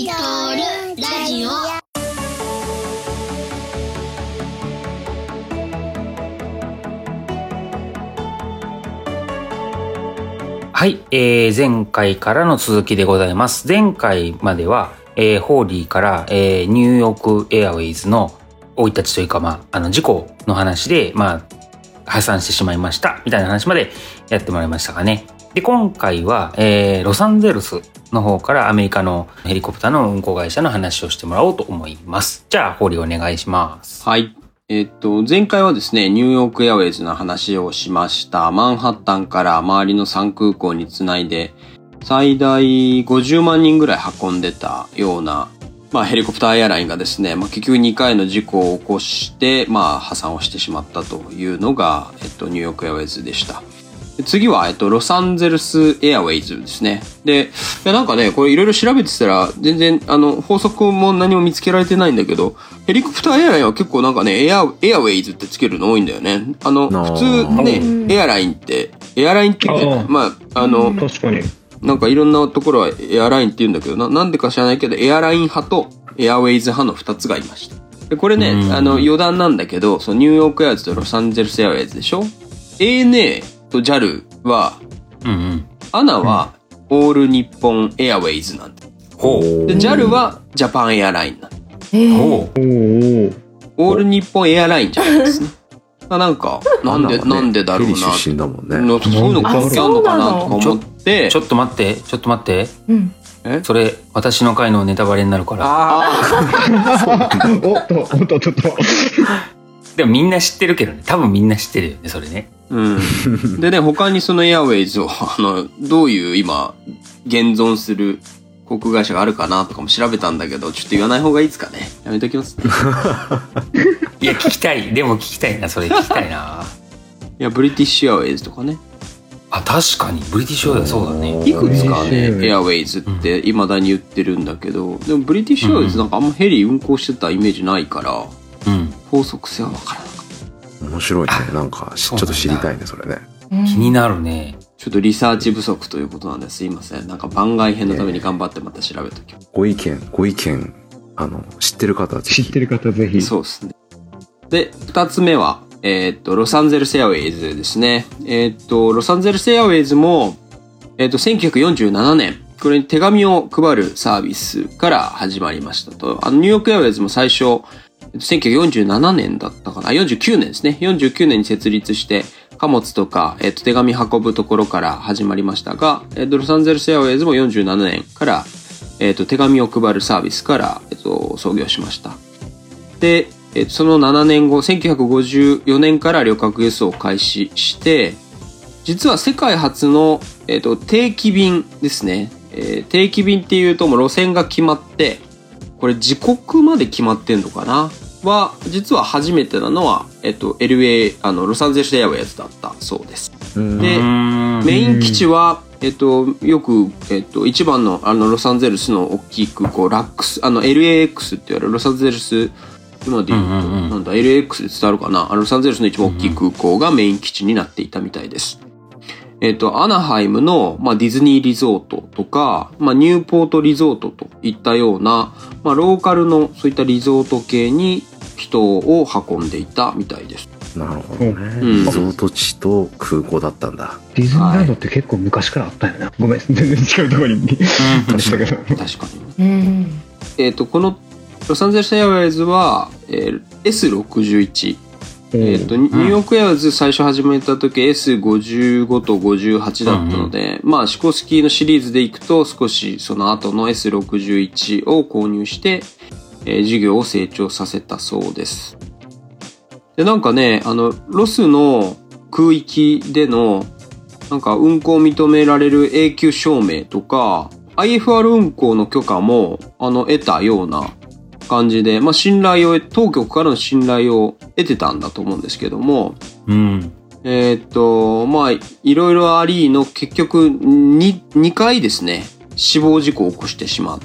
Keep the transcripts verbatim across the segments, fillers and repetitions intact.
トルラジオ。 はい、えー、前回からの続きでございます。前回までは、えー、ホーリーから、えー、ニューヨークエアウェイズの生い立ちというか、まあ、あの事故の話で、まあ、破産してしまいましたみたいな話までやってもらいましたかね。で、今回は、えー、ロサンゼルスの方からアメリカのヘリコプターの運航会社の話をしてもらおうと思います。じゃあ、ホーリーお願いします。 はい。えっと、前回はですね、ニューヨークエアウェイズの話をしました。マンハッタンから周りのさん空港につないで、最大ごじゅうまんにんぐらい運んでたような、まあヘリコプターエアラインがですね、まあ結局にかいの事故を起こして、まあ破産をしてしまったというのが、えっと、ニューヨークエアウェイズでした。次は、えっと、ロサンゼルスエアウェイズですね。で、いやなんかね、これいろいろ調べてたら、全然、あの、法則も何も見つけられてないんだけど、ヘリコプターエアラインは結構なんかね、エア、エアウェイズってつけるの多いんだよね。あの、普通ね、エアラインって、エアラインって言って、まあ、あの、 確かに。 なんかいろんなところはエアラインって言うんだけど、な、なんでか知らないけど、エアライン派とエアウェイズ派のふたつがいました。で、これね、あの、余談なんだけど、そのニューヨークエアウェイズとロサンゼルスエアウェイズでしょ？ エーエヌエー と ジャル は、 うんうん。 アナはオール日本エアウェイズなんで。 ほう。 で、ジャル はジャパンエアラインなんで。 ほう。 おーオール日本エアラインじゃないですね。なんか、なんで、 ね、 なんでだろうな。 ヘリ出身だもんね。 そういうの関係あるのかなとか思って。 ちょっと待って、ちょっと待って。 うん。 えそれ、私の回のネタバレになるから。 あおっと、おっと、おっと、おっと。 でもみんな知ってるけどね。多分みんな知ってるよね、それね。 うん。でね、他にそのエアウェイズを、あの、どういう今、現存する航空会社があるかなとかも調べたんだけど、ちょっと言わない方がいいですかね。やめときますね。 いや、聞きたい。でも聞きたいな、それ聞きたいな。 いや、ブリティッシュエアウェイズとかね。 あ、確かに。ブリティッシュエアそうだね。 いくつかね、 うんエアウェイズって未だに言ってるんだけど、でもブリティッシュエアウェイズなんかあんまヘリ運航してたイメージないから、 うん。 法則性はわからなかった。 面白いね。なんか、ちょっと知りたいね、それね。 気になるね。 ちょっとリサーチ不足ということなんですいません。なんか番外編のために頑張ってまた調べときます。 ご意見、ご意見、あの、知ってる方はぜひ。 知ってる方ぜひ。 そうですね。で、二つ目は、えーっと、ロサンゼルスエアウェイズですね。えーっと、ロサンゼルスエアウェイズも、えーっと、せんきゅうひゃくよんじゅうななねん、これに手紙を配るサービスから始まりましたと。あの、ニューヨークエアウェイズも最初、せんきゅうひゃくよんじゅうななねんだったかな。よんじゅうきゅうねんですね。よんじゅうきゅうねんに設立して、貨物とか、えっと、手紙運ぶところから始まりましたが、えっと、ロサンゼルスエアウェイズもよんじゅうななねんから、えっと、手紙を配るサービスから、えっと、創業しました。で、えっと、そのななねんご、せんきゅうひゃくごじゅうよねんから旅客輸送を開始して、実は世界初の、えっと、定期便ですね。えー、定期便っていうともう路線が決まって、これ時刻まで決まってんのかなは、実は初めてなのは、えっと、エルエー、あの、ロサンゼルスエアウェイズだったそうです。で、メイン基地は、えっと、よく、えっと、一番の、あの、ロサンゼルスの大きい空港、ラックス、あの、エルエーエックス って言われる、ロサンゼルス、今で言うと、 うんうんうんなんだ、エルエーエックス で伝わるかなあの、ロサンゼルスの一番大きい空港がメイン基地になっていたみたいです。えっと、アナハイムの、まあ、ディズニーリゾートとか、まあ、ニューポートリゾートといったような、まあ、ローカルのそういったリゾート系に人を運んでいたみたいです。 なるほどね。 うんリゾート地と空港だったんだ。 ディズニーランドって結構昔からあったよね。ごめん、全然違うところにあれしたけど。 確かに。 うん。 えっと、このロサンゼルスエアウェイズは、えー、エスろくじゅういち。えっと、ニューヨークエアウェイズ最初始めた時 エスごじゅうご とごじゅうはちだったので、まあ、シコスキーのシリーズでいくと少しその後の エスろくじゅういち を購入して、えー、事業を成長させたそうです。で、なんかね、あの、ロスの空域での、なんか運航を認められる永久証明とか、アイエフアール 運航の許可も、あの、得たような感じで、まあ、信頼を、当局からの信頼を得てたんだと思うんですけども、 うん。 えーっと、まあ、いろいろありの、結局、に、にかいですね、死亡事故を起こしてしまって、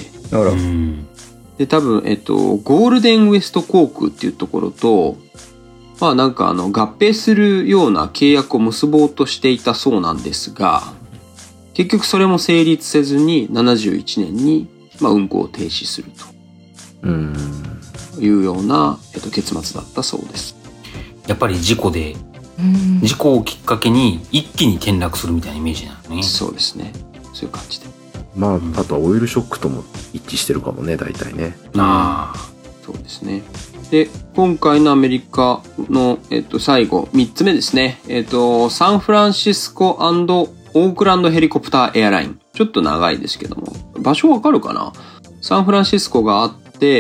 だから、 うん。 で、多分、えっと、ゴールデンウエスト航空っていうところと、まあなんかあの合併するような契約を結ぼうとしていたそうなんですが、結局それも成立せずにななじゅういちねんにまあ、運行を停止するうん。 というような、えっと、結末だったそうです。 やっぱり事故で、 うん事故をきっかけに一気に転落するみたいなイメージなのね。 そうですね。そういう感じで。 まあ、あとはオイルショックとも一致してるかもね、大体ね。 あそうですね。で、今回のアメリカの、えっと、最後、みっつめですね。えっと、サンフランシスコ&オークランドヘリコプターエアライン。ちょっと長いですけども、場所わかるかな？サンフランシスコがあって、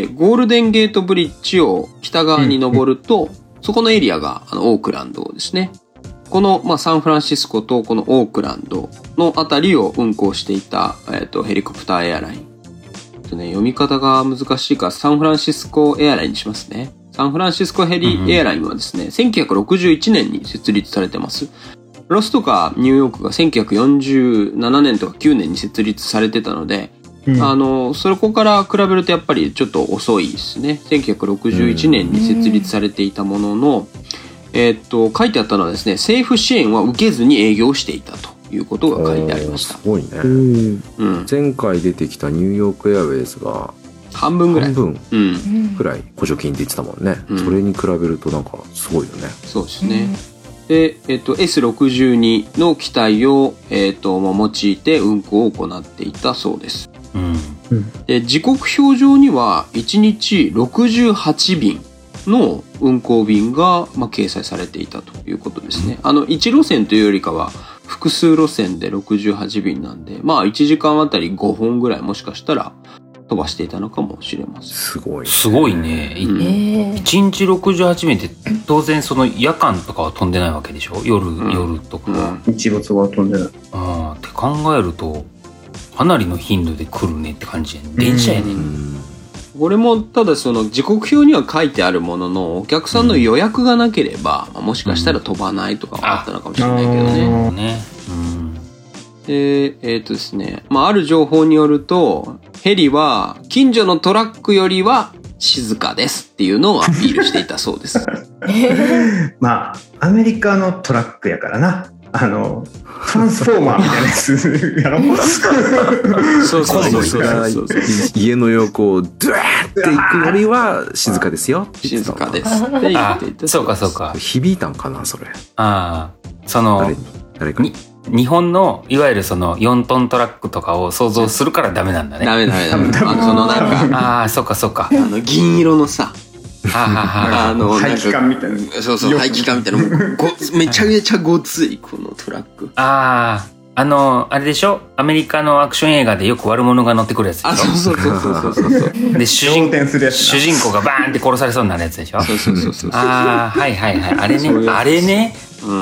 ゴールデンゲートブリッジを北側に登ると、そこのエリアがあのオークランドですね。この、まあ、サンフランシスコとこのオークランドのあたりを運航していた、えっと、ヘリコプターエアライン。ね、読み方が難しいからサンフランシスコエアラインにしますね。サンフランシスコヘリエアラインはですね、うん、せんきゅうひゃくろくじゅういちねんに設立されてます。ロスとかニューヨークがせんきゅうひゃくよんじゅうななねんとかきゅうねんに設立されてたので、うん、あの、そこから比べるとやっぱりちょっと遅いですね。せんきゅうひゃくろくじゅういちねんに設立されていたものの、えー、っと、書いてあったのはですね、政府支援は受けずに営業していたということが書いてありました。 すごいね。 うん、 前回出てきたニューヨークエアウェイズが半分ぐらい。 半分ぐらい補助金って言ってたもんね。うん、それに比べるとなんかすごいよね。 そうですね。で、えっと、エスろくじゅうに の機体を、えっと、用いて運航を行っていたそうです。うん、で、時刻表上にはいちにちろくじゅうはちびんの運航便が、まあ、掲載されていたということですね。あの、いち路線というよりかは、複数路線でろくじゅうはちびんなんで、まあいちじかんあたりごほんぐらいもしかしたら飛ばしていたのかもしれません。 すごい、ね。 すごいね。うん、いちにちろくじゅうはちびんって当然その夜間とかは飛んでないわけでしょ？夜、うん、夜とかは。 日没は飛んでない。 ああ、って考えると、かなりの頻度で来るねって感じやね。電車やね。うんこれもただその時刻表には書いてあるもののお客さんの予約がなければ、うん、もしかしたら飛ばないとかはあったのかもしれないけどね。 ねうん、 で、えっとですね、まあある情報によるとヘリは近所のトラックよりは静かですっていうのをアピールしていたそうです。 まあアメリカのトラックやからな。あのトランスフォーマーみたいなやつやろ。 そうそうそうそう家の横をドゥーって行くよりは静かですよ。 静かですって言っていた。 そうかそうか。 響いたんかなそれ。 ああ、その誰に誰かに。 日本のいわゆるそのよんトントラックとかを想像するからダメなんだね。 ダメダメダメ。あのそのなんかああそうかそうか。 あの銀色のさ。 あの排気管みたいな。 そうそう排気管みたいな。ごめちゃめちゃごついこのトラック。 あああのあれでしょ？アメリカのアクション映画でよく悪者が乗ってくるやつでしょ？ あそうそうそうそうそうそう。 で主人主人公がバーンって殺されそうになるやつでしょ？ そうそうそうそう。 ああはいはいはいあれねあれね。 うん。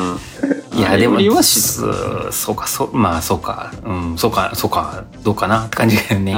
いやでもそうかそうまあそうかうんそうかそうかどうかなって感じだよね。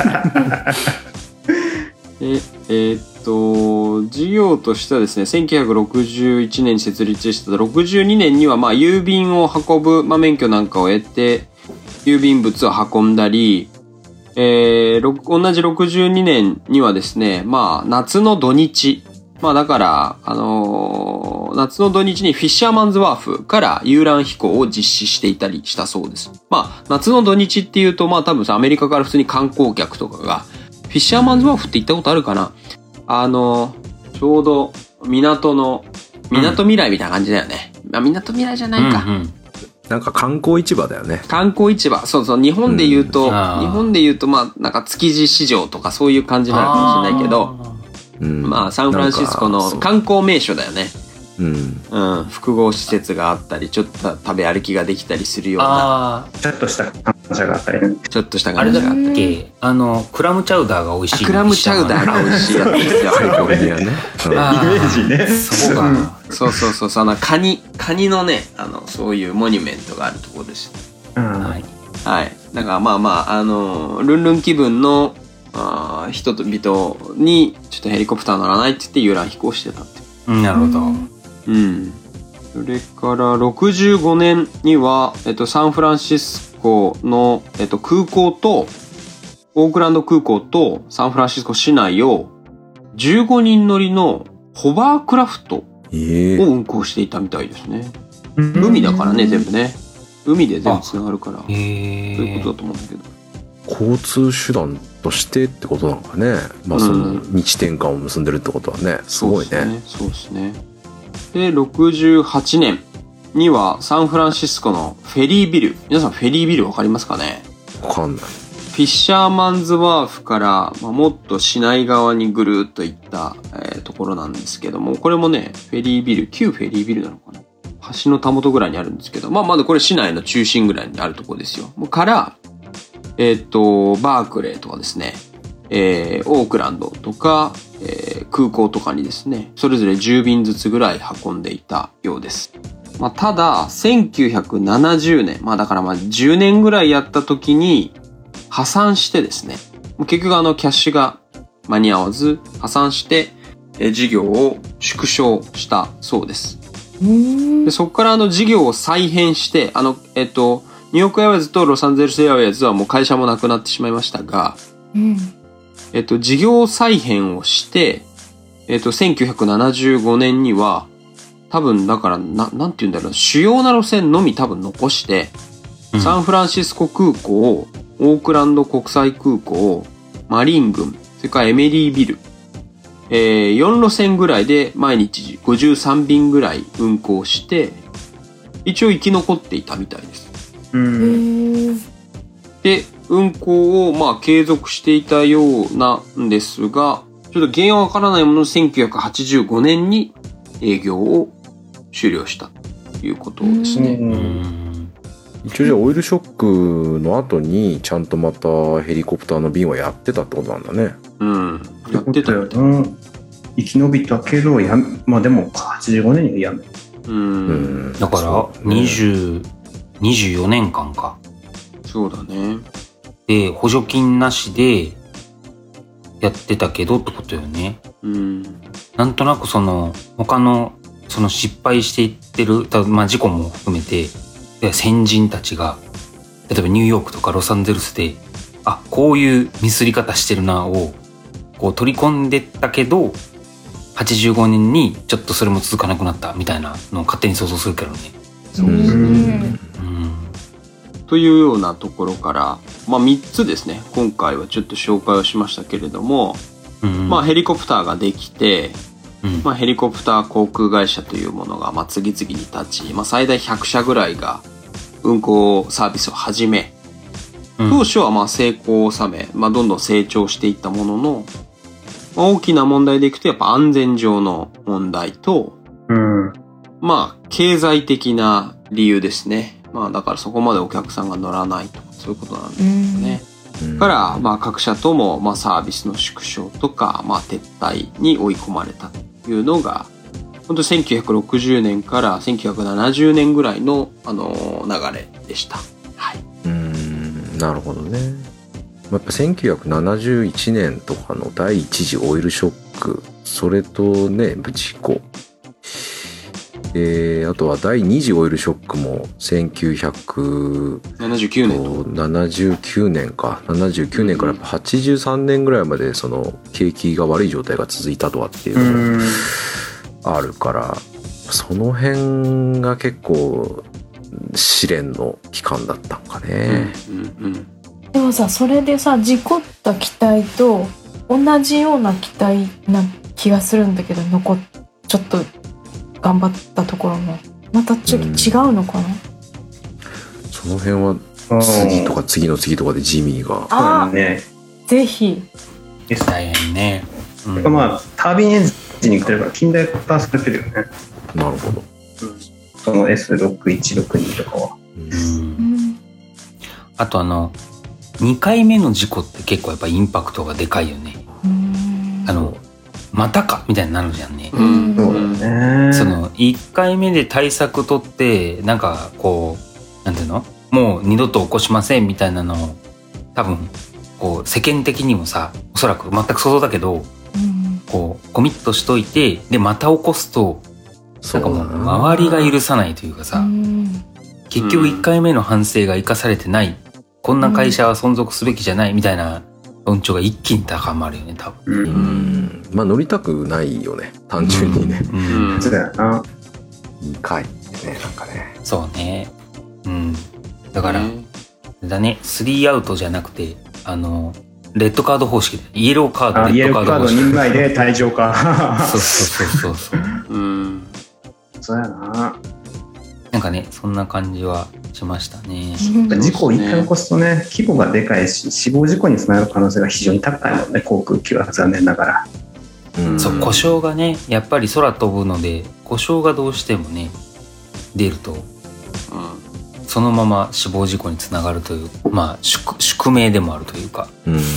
ええー、っと事業としてはですねせんきゅうひゃくろくじゅういちねんに設立したろくじゅうにねんにはまあ郵便を運ぶ、まあ、免許なんかを得て郵便物を運んだり、えー、同じろくじゅうにねんにはですねまあ夏の土日まあだからあのー、夏の土日にフィッシャーマンズワーフから遊覧飛行を実施していたりしたそうです。まあ夏の土日っていうとまあ多分さアメリカから普通に観光客とかがフィッシャーマンズワーフって行ったことあるかな？あの、ちょうど港の、港未来みたいな感じだよね。うん、まあ港未来じゃないか、うんうん。 なんか観光市場だよね。 観光市場。そうそう。日本で言うと、うん、日本で言うと、まあなんか築地市場とかそういう感じなのかもしれないけど、うん、まあサンフランシスコの観光名所だよね。うん、うん、複合施設があったりちょっと食べ歩きができたりするようなちょっとした感謝があったりちょっとした感謝があったりあれだっけあのクラムチャウダーが美味しいクラムチャウダーが美味しいやつですよカリフォルニアね、うん、 イメージねそうか、 うん、そうそうそうそのカニカニのねあのそういうモニュメントがあるところです、 うん、 はいはいだからまあまああのルンルン気分のあ人々にちょっとヘリコプター乗らないって言って遊覧飛行してたって、 うん、なるほどうんそれからろくじゅうごねんには、えっと、サンフランシスコの、えっと、空港と、オークランド空港とサンフランシスコ市内をじゅうごにん乗りのホバークラフトを運航していたみたいですね。えー、海だからね、全部ね。海で全部つながるから。そういうことだと思うんだけど。 交通手段としてってことなのかね。まあその日転換を結んでるってことはね、すごいね。 そうですね。で、ろくじゅうはちねんにはサンフランシスコのフェリービル。皆さんフェリービルわかりますかね？ わかんない。 フィッシャーマンズワーフから、まあ、もっと市内側にぐるーっと行った、えーところなんですけども、これもね、フェリービル、旧フェリービルなのかな？橋のたもとぐらいにあるんですけど、まあまだこれ市内の中心ぐらいにあるところですよ。から、えっ、ー、と、バークレーとかですね、えー、オークランドとか、えー、空港とかにですね、それぞれじゅうびんずつぐらい運んでいたようです。まあ、ただ、せんきゅうひゃくななじゅうねん、まあだからまあじゅうねんぐらいやった時に破産してですね、結局あのキャッシュが間に合わず破産して、えー、事業を縮小したそうです。でそこからあの事業を再編して、あの、えっと、ニューヨークエアウェイズとロサンゼルスエアウェイズはもう会社もなくなってしまいましたが、うん、えっと、事業再編をして、えっと、せんきゅうひゃくななじゅうごねんには、多分だから、な、なんて言うんだろう、主要な路線のみ多分残して、うん、サンフランシスコ空港、オークランド国際空港、マリン郡、それからエメリービル、えー、よん路線ぐらいで毎日ごじゅうさんびんぐらい運航して、一応生き残っていたみたいです。うん、で、運航をまあ継続していたようなんですが、ちょっと原因はわからないもののせんきゅうひゃくはちじゅうごねんに営業を終了したということですね。 一応じゃあオイルショックの後にちゃんとまたヘリコプターの便はやってたってことなんだね。 うん。やってたよ。 生き延びたけど、やまあでもはちじゅうごねんにはやめ。 うん。だからにじゅう、にじゅうよねんかんか。 そうだね。 で、補助金なしでやってたけどってことよね。 うん。 なんとなくその他のその失敗していってる、まあ事故も含めて、先人たちが例えばニューヨークとかロサンゼルスで、あ、こういうミスり方してるなをこう取り込んでったけど、はちじゅうごねんにちょっとそれも続かなくなったみたいなのを勝手に想像するけどね。 そうですね。うん。というようなところから、まあみっつですね。今回はちょっと紹介をしましたけれども、うん、まあヘリコプターができて、うん、まあヘリコプター航空会社というものがまあ次々に立ち、まあ最大ひゃくしゃぐらいが運航サービスを始め、うん、当初はまあ成功を収め、まあどんどん成長していったものの、まあ、大きな問題でいくとやっぱ安全上の問題と、うん、まあ経済的な理由ですね。まあだからそこまでお客さんが乗らないと、そういうことなんですよね。うん、から、まあ各社とも、まあサービスの縮小とか、まあ撤退に追い込まれたというのが、本当せんきゅうひゃくろくじゅうねんからせんきゅうひゃくななじゅうねんぐらいの、あのー、流れでした。はい。 うーん、なるほどね。やっぱせんきゅうひゃくななじゅういちねんとかの第一次オイルショック、それとね、事故。えー、あとは第二次オイルショックもせんきゅうひゃくななじゅうきゅうねんとななじゅうきゅうねんかななじゅうきゅうねんからはちじゅうさんねんぐらいまでその景気が悪い状態が続いたとはっていうのもあるから、その辺が結構試練の期間だったんかね。うんうんうん、 でもさ、それでさ、事故った機体と同じような機体な気がするんだけど、残っちょっと頑張ったところもまたちょっと違うのかな、うん、 その辺は次とか次の次とかでジミーがああ、ね、ぜひ大変ね、 うん、まあタービンエンジンに比べれば近代化されてるよね。 なるほど、 うん、その エスろくいちろくに とかは、うん、 あとあのにかいめの事故って結構やっぱインパクトがでかいよね。あのまたかみたいになるじゃんね。うん、そうだね。そのいっかいめで対策取ってなんかこうなんていうの、もう二度と起こしませんみたいなのを多分こう世間的にもさ、おそらく全く想像だけど、うん、こうコミットしといてでまた起こすとなんかもう周りが許さないというかさ、うん、結局いっかいめの反省が生かされてない、こんな会社は存続すべきじゃないみたいな論調が一気に高まるよね、多分。うん、 まあ乗りたくないよね、単純にね。 うんうん、そうだよな。 にかいってね、なんかね。 そうね。うん。だから、だね、スリーアウトじゃなくて、 あのレッドカード方式でイエローカードあイエローカードレッドカード方式にまいで退場か。 そうそうそうそうそううん。 そうやな。 なんかねそんな感じはしましたね。 事故を一回起こすとね、規模がでかいし、死亡事故につながる可能性が非常に高いもんね、航空機は残念ながら。 うんそう故障がねやっぱり空飛ぶので故障がどうしてもね出るとそのまま死亡事故につながるというまあ宿宿命でもあるというか、 うんうん、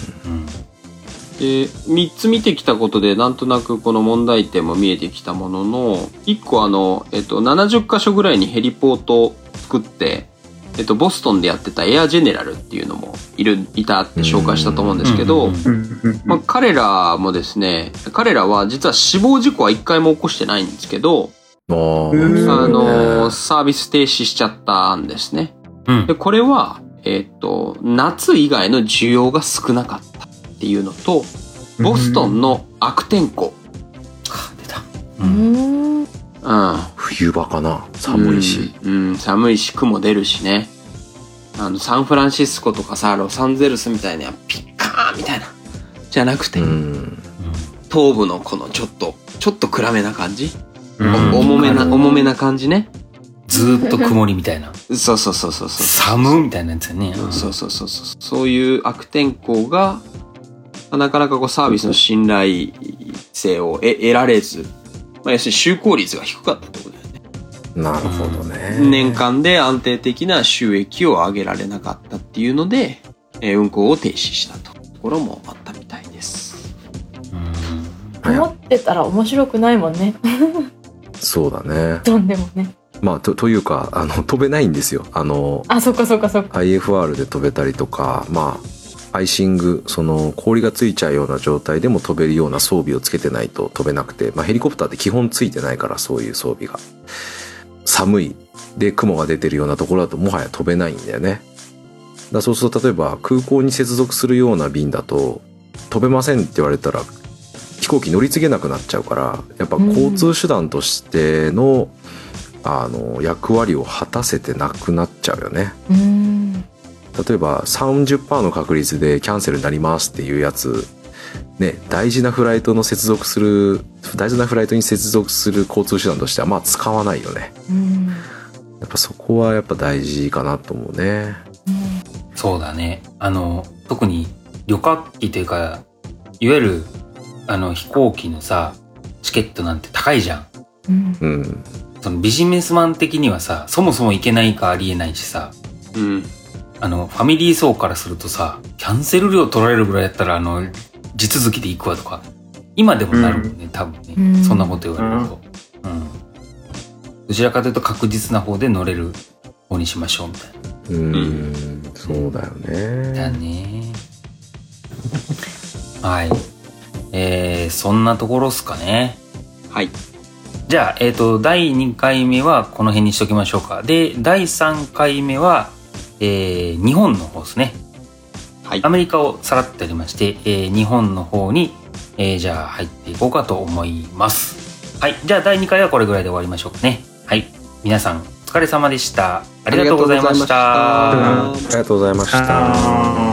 でみっつ見てきたことでなんとなくこの問題点も見えてきたもののいっこあの、えっと、ななじゅっかしょぐらいにヘリポートを作って、えっと、ボストンでやってたエアジェネラルっていうのもいるいたって紹介したと思うんですけど、 うんうんうんまあ、彼らもですね彼らは実は死亡事故はいっかいも起こしてないんですけど、 あーうんあのねサービス停止しちゃったんですね。 うんでこれは、えっと夏以外の需要が少なかったっていうのとボストンの悪天候、 あ出た、 ううんん。 うん、 冬場かな、寒いし。 うん、うん寒いし雲出るしね。あのサンフランシスコとかさロサンゼルスみたいなピッカーンみたいなじゃなくて、 うん東部のこのちょっとちょっと暗めな感じ、 うんお重めなあの重めな感じね。 ずーっと曇りみたいなそうそうそうそうそう寒みたいなやつよね、うんそうそうそうそうそういう悪天候がなかなかこうサービスの信頼性を得得られず、まあ、要するに就航率が低かったってことだよね。 なるほどね。 年間で安定的な収益を上げられなかったっていうので、えー運航を停止したところもあったみたいです。 うん思ってたら面白くないもんね。 そうだね。 飛んでもね。 まあとというかあの飛べないんですよ。あのあ、そっかそっかそっか。 アイエフアール で飛べたりとか、まあアイシング、その氷がついちゃうような状態でも飛べるような装備をつけてないと飛べなくて、まあヘリコプターって基本ついてないから、そういう装備が寒いで雲が出てるようなところだともはや飛べないんだよね。だからそうすると例えば空港に接続するような便だと飛べませんって言われたら飛行機乗り継げなくなっちゃうから、やっぱ交通手段としての、あの役割を果たせてなくなっちゃうよね。 うーん。 例えば さんじゅっパーセント の確率でキャンセルになりますっていうやつね、大事なフライトの接続する大事なフライトに接続する交通手段としてはまあ使わないよね。 うん。 やっぱそこはやっぱ大事かなと思うね。 そうだね。あの特に旅客機というかいわゆるあの飛行機のさチケットなんて高いじゃん。 うん。 うんそのビジネスマン的にはさそもそも行けないかありえないしさ、 うん。 あのファミリー層からするとさキャンセル料取られるぐらいやったらあの地続きで行くわとか今でもなるもんね、多分ね、 うんそんなこと言われると、うんどちらかというと確実な方で乗れる方にしましょうみたいな。 うんそうだよだね。 ね。はい。えー、そんなところっすかね。 はい。 じゃあ、えっと、だいにかいめはこの辺にしときましょうか。で、だいさんかいめは、えー、日本の方ですね。 はいア。メリカをさらってありまして、えー、日本の方に、えー、じゃあ入っていこうかと思います。はい。じゃあ、だいにかいはこれぐらいで終わりましょうかね。はい。皆さん、お疲れ様でした。ありがとうございました。 ありがとうございましたありがとうございました。 あー